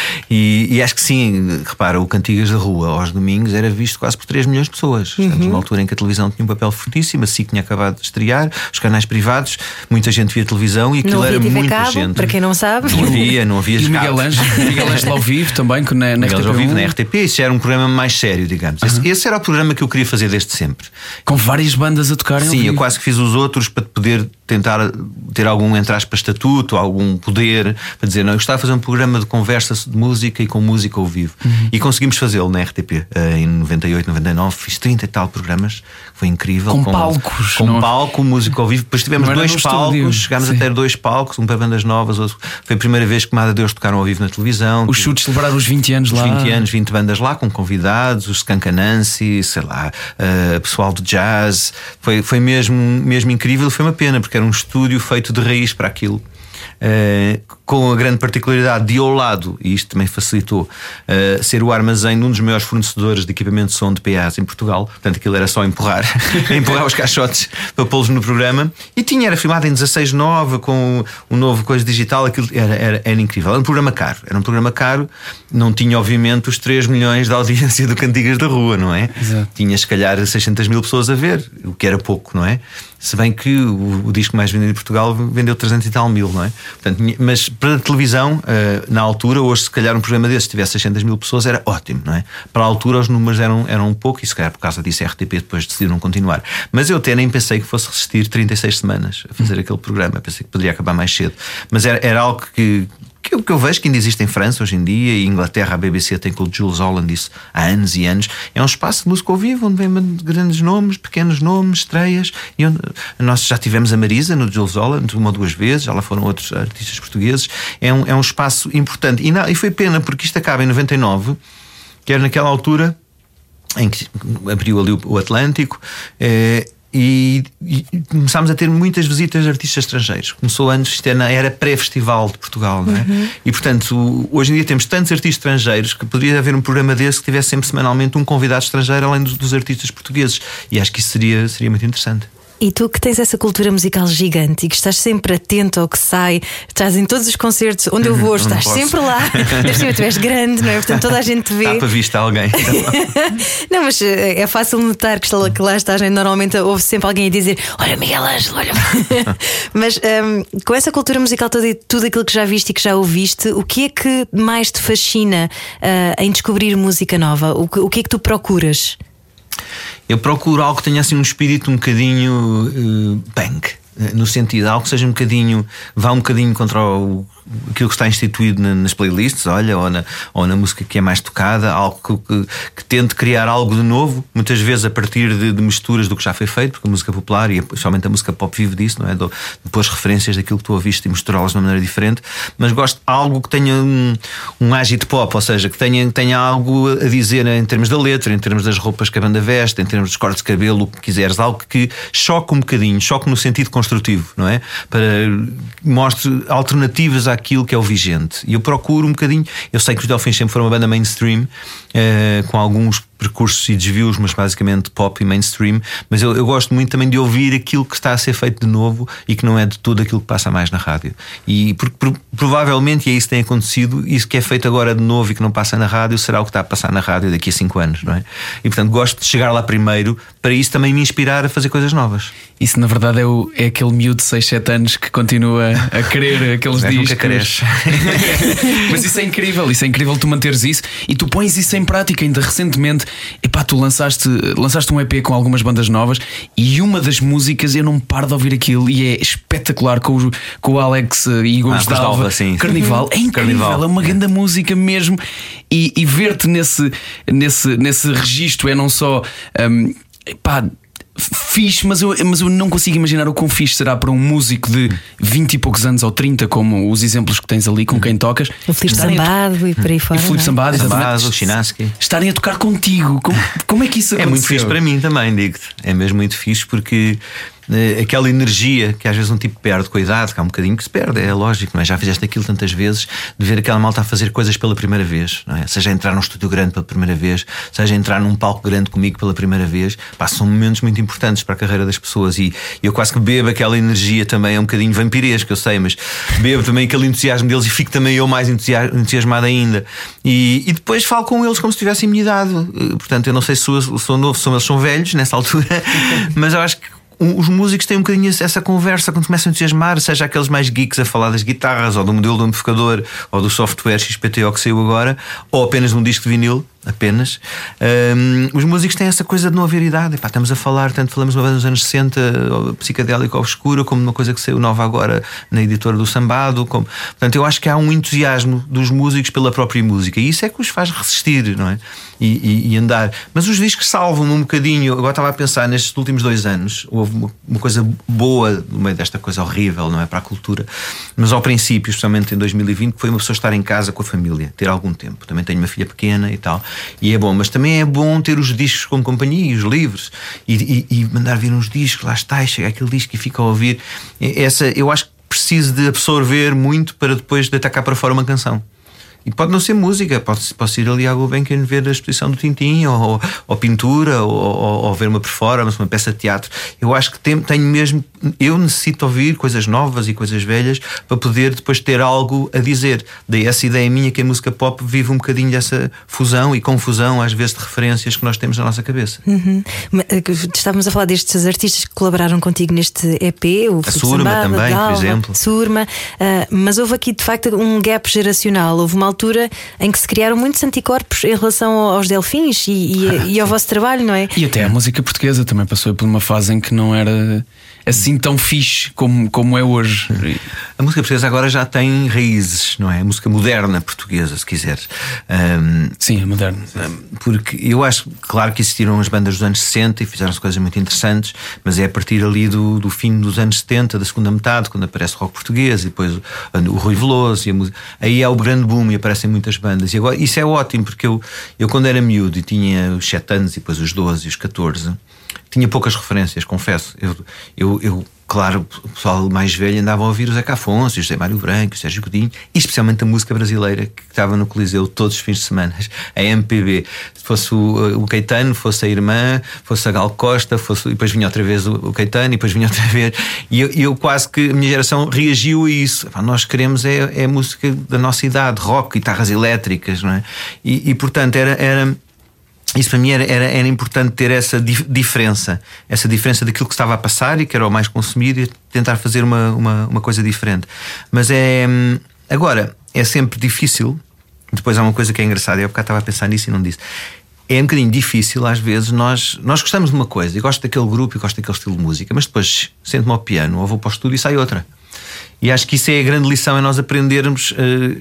Speaker 5: E acho que sim, repara, o Cantigas da Rua aos domingos era visto quase por 3 milhões de pessoas. Estamos numa altura em que a televisão tinha um papel fortíssimo, a SIC tinha acabado de estrear, os canais privados, muita gente via televisão e aquilo era muita
Speaker 3: cabo,
Speaker 5: gente.
Speaker 3: Para quem não sabe,
Speaker 5: não havia
Speaker 2: e o Miguel Ângelo ao vivo também, que na
Speaker 5: Miguel
Speaker 2: RTP1.
Speaker 5: ao vivo na RTP, isso era um programa mais sério, digamos. Esse era o programa que eu queria fazer desde sempre.
Speaker 2: Com várias bandas a tocarem.
Speaker 5: Sim, eu quase que fiz os outros para poder tentar ter algum, entre aspas, estatuto, algum poder, para dizer, não, eu gostava de fazer um programa de conversa de música e com música ao vivo. E conseguimos fazê-lo na RTP em 98, 99, fiz 30 e tal programas, foi incrível.
Speaker 2: Com palcos.
Speaker 5: Com palco, música ao vivo. Depois tivemos 2 palcos, chegámos a ter 2 palcos, um para bandas novas, outro. Foi a primeira vez que Mada Deus tocaram ao vivo na televisão.
Speaker 2: Os chutes celebraram os 20 anos lá.
Speaker 5: 20 anos, 20 bandas lá, com convidados, os Skunk Anansi, sei lá, pessoal de jazz. Foi mesmo incrível. Foi uma pena, porque era um estúdio feito de raiz para aquilo. Com a grande particularidade de ao lado, e isto também facilitou, ser o armazém de um dos maiores fornecedores de equipamento de som de PAs em Portugal. Portanto, aquilo era só empurrar os caixotes para pô-los no programa. E era filmado em 16:9 com um novo coisa digital. Aquilo era incrível. Era um programa caro, não tinha obviamente os 3 milhões de audiência do Cantigas da Rua, não é?
Speaker 2: Exato.
Speaker 5: Tinha se calhar 600 mil pessoas a ver, o que era pouco, não é? Se bem que o disco mais vendido em Portugal vendeu 300 e tal mil, não é? Portanto, mas para a televisão, na altura, hoje se calhar um programa desse, se tivesse 600 mil pessoas, era ótimo, não é? Para a altura os números eram um pouco, e se calhar por causa disso a RTP depois decidiu não continuar. Mas eu até nem pensei que fosse resistir 36 semanas a fazer aquele programa. Pensei que poderia acabar mais cedo. Mas era algo que eu vejo que ainda existe em França hoje em dia, e em Inglaterra a BBC tem com o Jules Holland isso há anos e anos. É um espaço de música ao vivo onde vem grandes nomes, pequenos nomes, estreias. E nós já tivemos a Marisa no Jules Holland 1 ou 2 vezes, já lá foram outros artistas portugueses. É um espaço importante. E foi pena, porque isto acaba em 99, que era naquela altura em que abriu ali o Atlântico. E começámos a ter muitas visitas de artistas estrangeiros. Começou antes, isto era pré-festival de Portugal, não é? E portanto, hoje em dia temos tantos artistas estrangeiros que poderia haver um programa desse que tivesse sempre semanalmente um convidado estrangeiro além dos artistas portugueses. E acho que isso seria muito interessante.
Speaker 3: E tu que tens essa cultura musical gigante e que estás sempre atento ao que sai, estás em todos os concertos onde eu vou, estás sempre lá. Deve ser, tu és grande, não é? Portanto, toda a gente te vê.
Speaker 5: Está para vista alguém.
Speaker 3: Não, mas é fácil notar que lá estás, né? Normalmente ouve sempre alguém a dizer: olha, Miguel Ângelo, olha. Mas com essa cultura musical toda e tudo aquilo que já viste e que já ouviste, o que é que mais te fascina em descobrir música nova? O que é que tu procuras?
Speaker 5: Eu procuro algo que tenha assim um espírito um bocadinho punk, no sentido, algo que seja vá um bocadinho contra aquilo que está instituído nas playlists, olha, ou na música que é mais tocada, algo que tente criar algo de novo, muitas vezes a partir de misturas do que já foi feito, porque a música popular, e especialmente a música pop vive disso, não é? Depois referências daquilo que tu ouviste e misturá-las de uma maneira diferente. Mas gosto de algo que tenha um agito pop, ou seja, que tenha algo a dizer em termos da letra, em termos das roupas que a banda veste, em termos dos cortes de cabelo, o que quiseres, algo que choque um bocadinho, choque no sentido construtivo, não é? Para mostre alternativas àquilo que é o vigente. E eu procuro um bocadinho. Eu sei que os Delfins sempre foram uma banda mainstream, com alguns percursos e desvios, mas basicamente pop e mainstream. Mas eu gosto muito também de ouvir aquilo que está a ser feito de novo e que não é de tudo aquilo que passa mais na rádio. E porque provavelmente, e é isso que tem acontecido, isso que é feito agora de novo e que não passa na rádio será o que está a passar na rádio daqui a 5 anos, não é? E portanto gosto de chegar lá primeiro para isso também me inspirar a fazer coisas novas.
Speaker 2: Isso na verdade é aquele miúdo de 6, 7 anos que continua a querer aqueles discos.
Speaker 5: Nunca cresce.
Speaker 2: Mas isso é incrível tu manteres isso e tu pões isso em prática. Ainda recentemente, epá, tu lançaste um EP com algumas bandas novas e uma das músicas eu não paro de ouvir aquilo e é espetacular com o Alex e o Gustavo. Carnival, é incrível, Carnival. É uma grande música mesmo. E ver-te nesse registro é não só fixe, mas eu não consigo imaginar o quão fixe será para um músico de 20 e poucos anos ou 30, como os exemplos que tens ali com quem tocas.
Speaker 3: O Filipe Sambado e por aí fora.
Speaker 2: O Filipe Sambado,
Speaker 5: o Chinaski.
Speaker 2: Estarem a tocar contigo. Como é que isso aconteceu?
Speaker 5: É muito fixe para mim também, digo-te. É mesmo muito fixe porque aquela energia que às vezes um tipo perde com a idade, que há um bocadinho que se perde, é lógico, não é? Já fizeste aquilo tantas vezes, de ver aquela malta a fazer coisas pela primeira vez, não é? Seja entrar num estúdio grande pela primeira vez, seja entrar num palco grande comigo pela primeira vez, são momentos muito importantes para a carreira das pessoas e eu quase que bebo aquela energia também, é um bocadinho vampiresco, eu sei, mas bebo também aquele entusiasmo deles e fico também eu mais entusiasmado ainda e depois falo com eles como se tivessem minha idade, portanto eu não sei se sou novo, se eles são velhos nessa altura, mas eu acho que os músicos têm um bocadinho essa conversa quando começam a entusiasmar, seja aqueles mais geeks a falar das guitarras ou do modelo do amplificador ou do software XPTO que saiu agora, ou apenas de um disco de vinil. Apenas os músicos têm essa coisa de não haver idade. Epá, estamos a falar, tanto falamos de uma banda dos anos 60 psicadélica obscura, como uma coisa que saiu nova agora na editora do Sambado, portanto eu acho que há um entusiasmo dos músicos pela própria música e isso é que os faz resistir, não é? E andar, mas os discos salvam-me um bocadinho. Agora estava a pensar, nestes últimos 2 anos houve uma coisa boa no meio desta coisa horrível, não é? Para a cultura, mas ao princípio, especialmente em 2020, foi uma pessoa estar em casa com a família, ter algum tempo. Também tenho uma filha pequena e tal. E é bom, mas também é bom ter os discos como companhia e os livros e mandar vir uns discos, lá está, e chega aquele disco e fica a ouvir. Eu acho que preciso de absorver muito para depois deitar cá para fora uma canção. E pode não ser música, posso ir ali à Gulbenkian ver a exposição do Tintim ou pintura ou ver uma performance, uma peça de teatro. Eu acho que tenho mesmo, eu necessito ouvir coisas novas e coisas velhas para poder depois ter algo a dizer. Daí essa ideia minha que a música pop vive um bocadinho dessa fusão e confusão às vezes de referências que nós temos na nossa cabeça.
Speaker 3: Estávamos a falar destes artistas que colaboraram contigo neste EP,
Speaker 5: a Surma também, por exemplo.
Speaker 3: Surma, mas houve aqui de facto um gap geracional. Houve uma altura em que se criaram muitos anticorpos em relação aos Delfins e ao vosso trabalho, não é?
Speaker 2: E até a música portuguesa também passou por uma fase em que não era assim tão fixe como é hoje.
Speaker 5: A música portuguesa agora já tem raízes, não é? A música moderna portuguesa, se quiseres.
Speaker 2: Sim, é moderna.
Speaker 5: Porque eu acho, claro que existiram as bandas dos anos 60 e fizeram-se coisas muito interessantes, mas é a partir ali do fim dos anos 70, da segunda metade, quando aparece o rock português e depois o Rui Veloso e a música. Aí é o grande boom e aparecem muitas bandas. E agora isso é ótimo, porque eu quando era miúdo e tinha os 7 anos e depois os 12 e os 14, tinha poucas referências, confesso. Eu claro, o pessoal mais velho andava a ouvir o Zeca Afonso, o José Mário Branco, o Sérgio Godinho, e especialmente a música brasileira que estava no Coliseu todos os fins de semana, a MPB. Se fosse o Caetano, fosse a Irmã, fosse a Gal Costa, e depois vinha outra vez o Caetano, e depois vinha outra vez. E eu quase que a minha geração reagiu a isso. Nós queremos é música da nossa idade, rock, guitarras elétricas, não é? E portanto era isso para mim era importante ter essa diferença daquilo que estava a passar e que era o mais consumido e tentar fazer uma coisa diferente. Mas agora é sempre difícil. Depois há uma coisa que é engraçada, eu há bocado estava a pensar nisso e não disse. É um bocadinho difícil às vezes, nós gostamos de uma coisa, eu gosto daquele grupo e gosto daquele estilo de música, mas depois sento-me ao piano ou vou para o estúdio e sai outra. E acho que isso é a grande lição, é nós aprendermos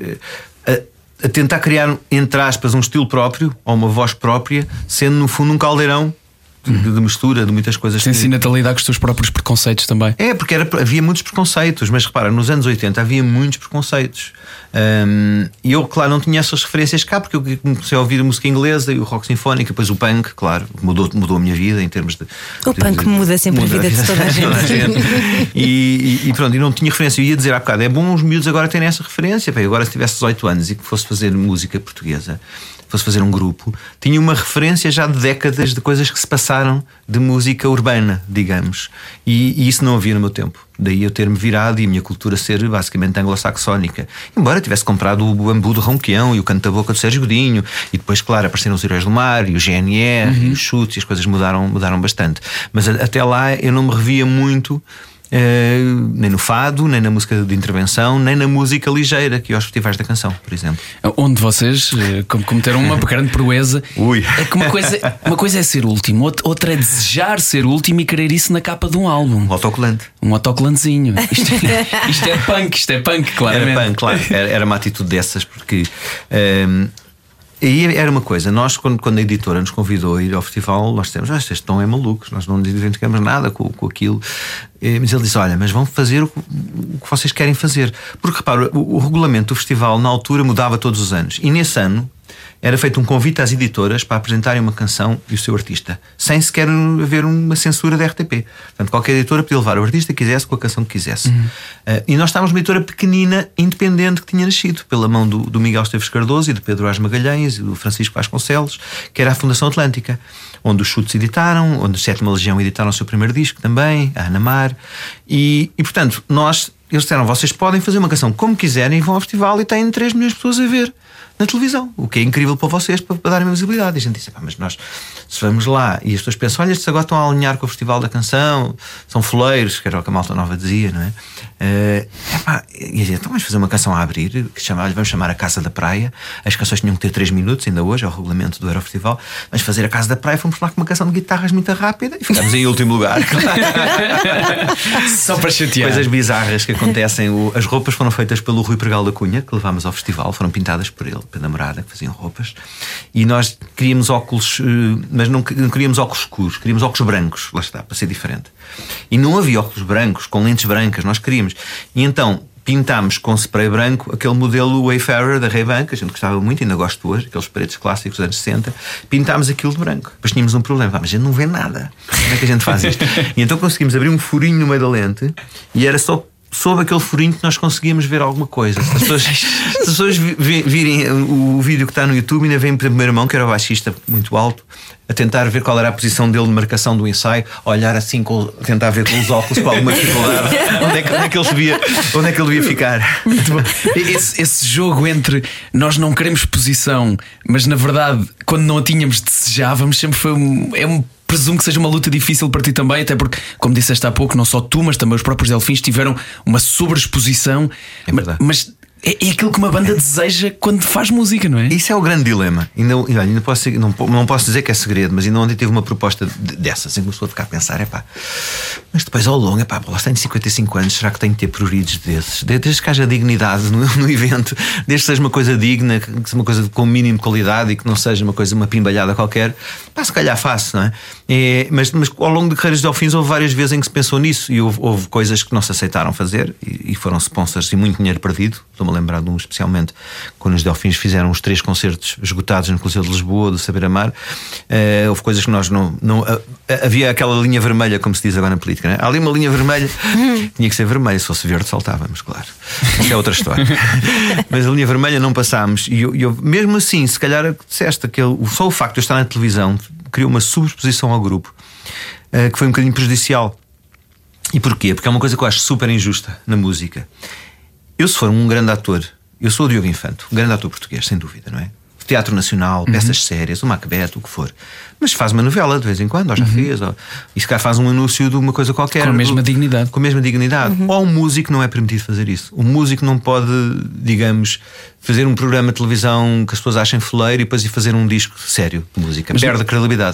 Speaker 5: a tentar criar, entre aspas, um estilo próprio ou uma voz própria, sendo no fundo um caldeirão de mistura de muitas coisas.
Speaker 2: Ensina-te a lidar com os teus próprios preconceitos também.
Speaker 5: Porque havia muitos preconceitos, mas repara, nos anos 80 havia muitos preconceitos. E eu, claro, não tinha essas referências cá, porque eu comecei a ouvir a música inglesa e o rock sinfónico, depois o punk, claro, mudou a minha vida em termos de.
Speaker 3: O punk muda sempre a vida de toda a gente.
Speaker 5: E pronto, e não tinha referência. Eu ia dizer há bocado, é bom os miúdos agora terem essa referência. Bem, agora, se tivesse 18 anos e que fosse fazer música portuguesa, fosse fazer um grupo, tinha uma referência já de décadas de coisas que se passaram de música urbana, digamos. E isso não havia no meu tempo. Daí eu ter-me virado e a minha cultura ser basicamente anglo-saxónica. Embora tivesse comprado o Bambu do Ronquião e o Canto da Boca do Sérgio Godinho, e depois, claro, apareceram os Heróis do Mar e o GNR e os Chutes, e as coisas mudaram bastante. Mas até lá eu não me revia muito. Nem no fado, nem na música de intervenção, nem na música ligeira que ia aos festivais da canção, por exemplo.
Speaker 2: Onde vocês cometeram uma grande proeza.
Speaker 5: É
Speaker 2: que uma coisa é ser último, outra é desejar ser último e querer isso na capa de um álbum.
Speaker 5: Um
Speaker 2: autocolantezinho. Isto é punk, claramente.
Speaker 5: Era punk, claro. Era uma atitude dessas, porque aí era uma coisa. Nós, quando a editora nos convidou a ir ao festival, nós dissemos: este tom é malucos, nós não nos identificamos nada com aquilo. Mas ele disse: olha, mas vão fazer o que vocês querem fazer. Porque repara, o regulamento do festival na altura mudava todos os anos. E nesse ano era feito um convite às editoras para apresentarem uma canção e o seu artista, sem sequer haver uma censura da RTP. Portanto, qualquer editora podia levar o artista que quisesse com a canção que quisesse. E nós estávamos numa editora pequenina, independente, que tinha nascido pela mão do Miguel Esteves Cardoso e do Pedro Ás Magalhães e do Francisco Vasconcelos, que era a Fundação Atlântica, onde os Chutes editaram, onde a Sétima Legião editaram o seu primeiro disco também, a Ana Mar. E portanto, eles disseram: vocês podem fazer uma canção como quiserem e vão ao festival e têm 3 milhões de pessoas a ver na televisão, o que é incrível para vocês, para darem visibilidade. E a gente disse: mas nós, se vamos lá e as pessoas pensam: olha, estes agora estão a alinhar com o Festival da Canção, são foleiros, que era o que a Malta Nova dizia, não é? E a gente: então vamos fazer uma canção a abrir, que vamos chamar a Casa da Praia. As canções tinham que ter 3 minutos, ainda hoje é o regulamento do Eurofestival. Vamos fazer a Casa da Praia, fomos lá com uma canção de guitarras muito rápida e ficámos em último lugar.
Speaker 2: Só para chatear.
Speaker 5: Coisas bizarras que acontecem. As roupas foram feitas pelo Rui Pregal da Cunha, que levámos ao festival, foram pintadas por ele, pela namorada, que faziam roupas. E nós queríamos óculos, mas não queríamos óculos escuros, queríamos óculos brancos, lá está, para ser diferente. E não havia óculos brancos com lentes brancas, nós queríamos. E então pintámos com spray branco aquele modelo Wayfarer da Ray-Ban, que a gente gostava muito, ainda gosto hoje, aqueles pretos clássicos dos anos 60. Pintámos aquilo de branco. Depois tínhamos um problema: mas a gente não vê nada. Como é que a gente faz isto? E então conseguimos abrir um furinho no meio da lente e era só sob aquele furinho que nós conseguíamos ver alguma coisa. Se as pessoas virem o vídeo que está no YouTube, ainda vem em primeira mão, que era o baixista muito alto, a tentar ver qual era a posição dele de marcação do ensaio, a olhar assim, a tentar ver com os óculos com alguma dificuldade onde é que ele devia ficar.
Speaker 2: Muito bom. Esse jogo entre nós não queremos posição, mas na verdade, quando não a tínhamos, desejávamos, sempre foi presumo que seja uma luta difícil para ti também, até porque, como disseste há pouco, não só tu, mas também os próprios Delfins tiveram uma sobreexposição. Mas é aquilo que uma banda deseja quando faz música, não é?
Speaker 5: Isso é o grande dilema. Ainda posso dizer que é segredo, mas ainda ontem tive uma proposta dessas, em que começou a ficar a pensar: mas depois ao longo, lá tenho 55 anos, será que tenho que ter pruridos desses? Desde que haja dignidade no evento, desde que seja uma coisa digna, que seja uma coisa com o mínimo de qualidade e que não seja uma pimbalhada qualquer, se calhar faço, não é? Mas ao longo de carreiras de Delfins houve várias vezes em que se pensou nisso e houve coisas que não se aceitaram fazer e foram sponsors e muito dinheiro perdido. Estou-me a lembrar de um especialmente quando os Delfins fizeram os 3 concertos esgotados no Coliseu de Lisboa, do Saber Amar. Houve coisas que nós não havia aquela linha vermelha, como se diz agora na política, não é? Há ali uma linha vermelha, tinha que ser vermelha, se fosse verde saltávamos, claro. Isso é outra história. Mas a linha vermelha não passámos. E eu mesmo assim, se calhar disseste que só o facto de eu estar na televisão criou uma subexposição ao grupo que foi um bocadinho prejudicial. E porquê? Porque é uma coisa que eu acho super injusta na música. Eu, se for um grande ator, eu sou o Diogo Infante, um grande ator português, sem dúvida, não é? Teatro Nacional, peças sérias, o Macbeth, o que for. Mas faz uma novela de vez em quando, ou já fez, e se calhar faz um anúncio de uma coisa qualquer.
Speaker 2: Com a mesma dignidade.
Speaker 5: Com a mesma dignidade. Ou um músico não é permitido fazer isso. O músico não pode, digamos, fazer um programa de televisão que as pessoas achem foleiro e depois ir fazer um disco sério de música. Perde a credibilidade.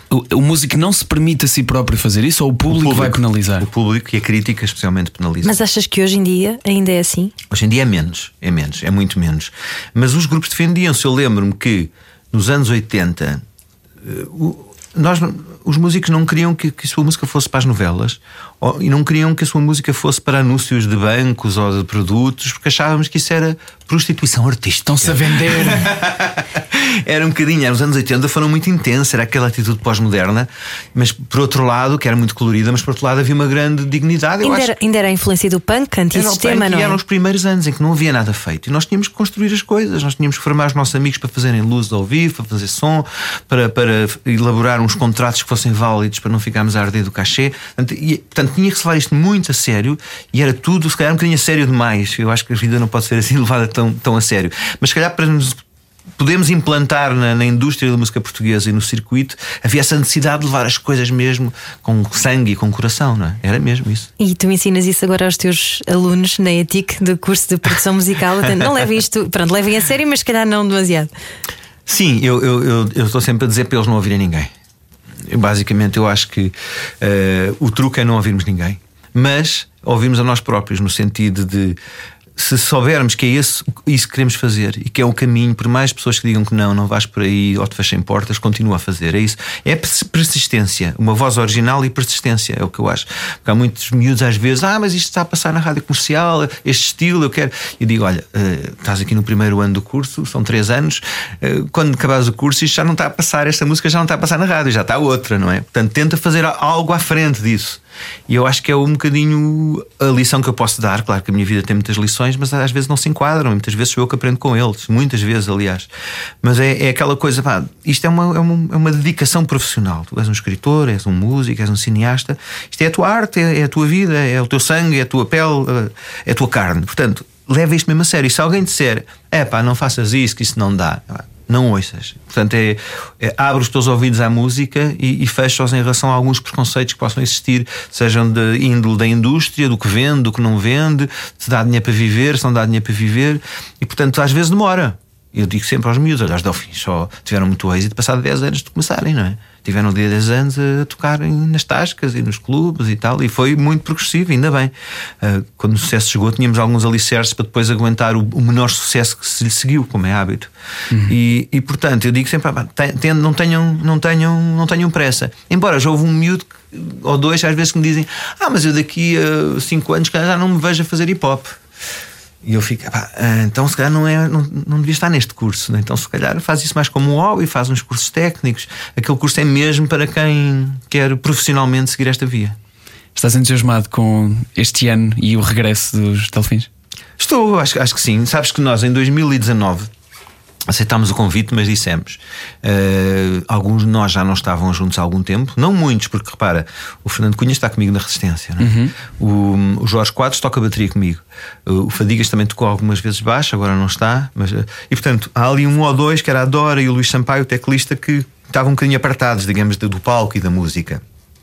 Speaker 2: O músico não se permite a si próprio fazer isso, ou o público vai penalizar?
Speaker 5: O público e a crítica especialmente penaliza.
Speaker 3: Mas achas que hoje em dia ainda é assim?
Speaker 5: Hoje em dia é muito menos. Mas os grupos defendiam-se. Eu lembro-me que nos anos 80 os músicos não queriam que a sua música fosse para as novelas, e não queriam que a sua música fosse para anúncios de bancos ou de produtos, porque achávamos que isso era prostituição artística.
Speaker 2: Estão-se a vender.
Speaker 5: Era um bocadinho, os anos 80 foram muito intensos, era aquela atitude pós-moderna, mas por outro lado, que era muito colorida, mas por outro lado havia uma grande dignidade.
Speaker 3: Ainda era a influência do punk, antissistema, não é?
Speaker 5: Eram os primeiros anos em que não havia nada feito e nós tínhamos que construir as coisas, nós tínhamos que formar os nossos amigos para fazerem luz ao vivo, para fazer som, para elaborar uns contratos que fossem válidos para não ficarmos a arder do cachê. Portanto, tinha que se levar isto muito a sério e era tudo, se calhar, um bocadinho a sério demais. Eu acho que a vida não pode ser assim levada tão a sério. Mas se calhar para nos podemos implantar na indústria da música portuguesa e no circuito, havia essa necessidade de levar as coisas mesmo com sangue e com coração, não é? Era mesmo isso.
Speaker 3: E tu ensinas isso agora aos teus alunos na ETIC, do curso de produção musical. Não levem isto, pronto, levem a sério, mas se calhar não demasiado.
Speaker 5: Sim, eu estou sempre a dizer para eles não ouvirem ninguém. Basicamente, eu acho que o truque é não ouvirmos ninguém, mas ouvirmos a nós próprios, no sentido de, se soubermos que é isso que queremos fazer e que é o caminho, por mais pessoas que digam que não vais por aí ou te fechem portas, continua a fazer. É isso. É persistência. Uma voz original e persistência é o que eu acho. Porque há muitos miúdos às vezes, mas isto está a passar na rádio comercial, este estilo, eu quero. Eu digo, olha, estás aqui no primeiro ano do curso, são 3 anos, quando acabares o curso isto já não está a passar, esta música já não está a passar na rádio, já está outra, não é? Portanto, tenta fazer algo à frente disso. E eu acho que é um bocadinho a lição que eu posso dar. Claro que a minha vida tem muitas lições, mas às vezes não se enquadram, e muitas vezes sou eu que aprendo com eles, muitas vezes, aliás. Mas é aquela coisa, isto é uma dedicação profissional. Tu és um escritor, és um músico, és um cineasta. Isto é a tua arte, é a tua vida, é o teu sangue, é a tua pele, é a tua carne. Portanto, leva isto mesmo a sério. E se alguém disser, não faças isso, que isso não dá, não ouças. Portanto, abre os teus ouvidos à música e fecha-os em relação a alguns preconceitos que possam existir, sejam de índole da indústria, do que vende, do que não vende, se dá dinheiro para viver, se não dá dinheiro para viver. E, portanto, às vezes demora. Eu digo sempre aos miúdos, olha, os Delfins só tiveram muito êxito passado 10 anos de começarem, não é? Tiveram 10 anos a tocarem nas tascas e nos clubes e tal, e foi muito progressivo, ainda bem. Quando o sucesso chegou, tínhamos alguns alicerces para depois aguentar o menor sucesso que se lhe seguiu, como é hábito. E portanto, eu digo sempre, não tenham pressa. Embora já houve um miúdo ou dois às vezes que me dizem, mas eu daqui a 5 anos já não me vejo a fazer hip hop. E eu fico, então se calhar não devia estar neste curso, né? Então se calhar faz isso mais como um hobby, faz uns cursos técnicos. Aquele curso é mesmo para quem quer profissionalmente seguir esta via.
Speaker 2: Estás entusiasmado com este ano e o regresso dos Delfins?
Speaker 5: Estou, acho que sim. Sabes que nós em 2019 aceitámos o convite, mas dissemos, alguns de nós já não estavam juntos há algum tempo, não muitos, porque repara, o Fernando Cunha está comigo na Resistência, não é? O Jorge Quadros toca bateria comigo, o Fadigas também tocou algumas vezes baixo, agora não está, e portanto há ali um ou dois, que era a Dora e o Luís Sampaio, o teclista, que estavam um bocadinho apartados, digamos, do palco e da música.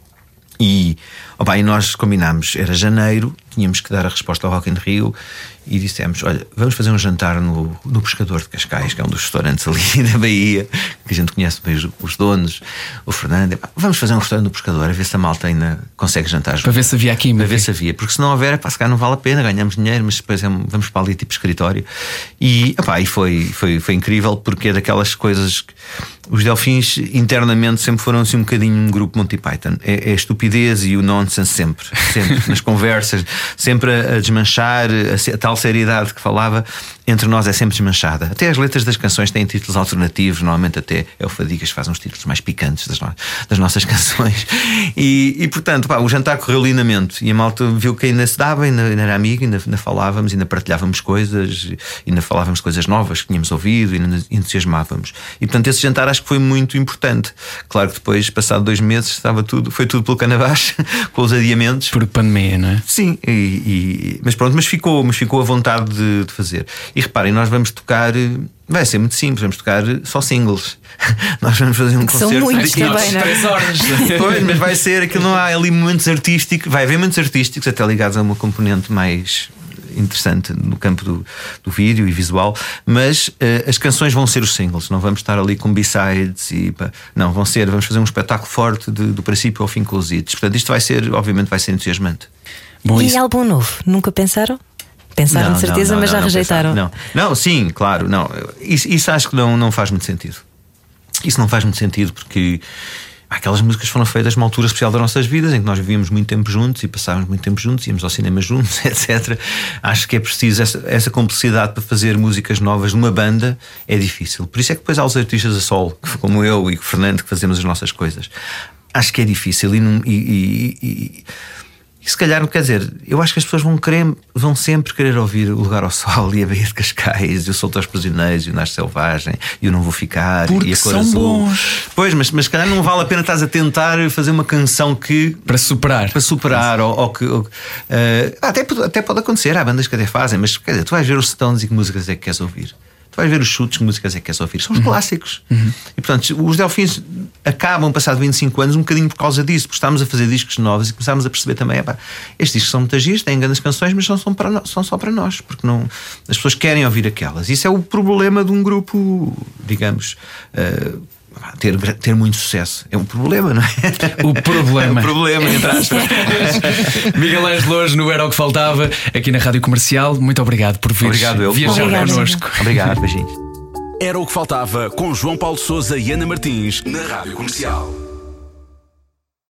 Speaker 5: E nós combinámos, era janeiro, tínhamos que dar a resposta ao Rock in Rio e dissemos, olha, vamos fazer um jantar no Pescador de Cascais, que é um dos restaurantes ali da Bahia, que a gente conhece bem os donos, o Fernando. Vamos fazer um restaurante no Pescador, a ver se a malta ainda consegue jantar junto.
Speaker 2: Para ver se havia aqui,
Speaker 5: para ver se havia, porque se não houver, se calhar não vale a pena, ganhamos dinheiro, mas depois vamos para ali tipo escritório. E foi incrível, porque é daquelas coisas que os Delfins internamente sempre foram assim um bocadinho um grupo Monty Python. É a estupidez e o nonsense sempre nas conversas, sempre a desmanchar, a tal seriedade que falava entre nós é sempre desmanchada. Até as letras das canções têm títulos alternativos, normalmente até é o Fadigas que faz uns títulos mais picantes das nossas canções. E portanto, o jantar correu lindamente e a malta viu que ainda se dava, ainda era amigo, ainda falávamos, ainda partilhávamos coisas, ainda falávamos de coisas novas que tínhamos ouvido, ainda entusiasmávamos. E portanto esse jantar acho que foi muito importante. Claro que depois, passado 2 meses, foi tudo pelo cano abaixo, com os adiamentos.
Speaker 2: Por pandemia, não é?
Speaker 5: Sim, mas pronto, mas ficou a vontade de fazer. E reparem, nós vamos tocar, vai ser muito simples, vamos tocar só singles. Nós vamos fazer um concerto.
Speaker 3: São muitos também, não é?
Speaker 2: 3 horas.
Speaker 5: Pois, mas vai ser aquilo, não há ali momentos artísticos, vai haver momentos artísticos, até ligados a uma componente mais interessante no campo do vídeo e visual, mas as canções vão ser os singles, não vamos estar ali com b-sides vamos fazer um espetáculo forte do princípio ao fim com os hits. Portanto, isto obviamente vai ser entusiasmante.
Speaker 3: Bom, e álbum novo? Nunca pensaram? Pensaram de certeza, mas já rejeitaram.
Speaker 5: Não, sim, claro, não. Isso acho que não faz muito sentido. Isso não faz muito sentido porque aquelas músicas foram feitas numa altura especial das nossas vidas, em que nós vivíamos muito tempo juntos e passávamos muito tempo juntos, íamos ao cinema juntos, etc. Acho que é preciso essa complicidade para fazer músicas novas numa banda, é difícil. Por isso é que depois há os artistas a solo, como eu e o Fernando, que fazemos as nossas coisas. Acho que é difícil e se calhar, quer dizer, eu acho que as pessoas vão sempre querer ouvir O Lugar ao Sol e a Baía de Cascais e o Solto aos Prisioneiros e o Nasce Selvagem e o Não Vou Ficar
Speaker 2: porque
Speaker 5: e a Cor
Speaker 2: são
Speaker 5: Azul.
Speaker 2: Bons.
Speaker 5: Pois, mas se calhar não vale a pena estás a tentar fazer uma canção que
Speaker 2: para superar
Speaker 5: até pode acontecer, há bandas que até fazem, mas quer dizer, tu vais ver os Stones e que músicas é que queres ouvir. Tu vais ver os Chutes, que músicas é que queres ouvir. São os clássicos. E portanto, os Delfins acabam, passado 25 anos, um bocadinho por causa disso, porque estamos a fazer discos novos e começámos a perceber também: estes discos são muitas giros, têm grandes canções, mas são só para nós, porque não, as pessoas querem ouvir aquelas. Isso é o problema de um grupo, digamos. Ter muito sucesso é um problema, não é?
Speaker 2: O problema.
Speaker 5: É um problema, entre aspas.
Speaker 2: Miguel Ângelo, hoje no Era o que Faltava, aqui na Rádio Comercial. Muito obrigado por vir viajar connosco.
Speaker 5: Obrigado, beijinhos.
Speaker 4: Era o que Faltava com João Paulo Sousa e Ana Martins na Rádio Comercial.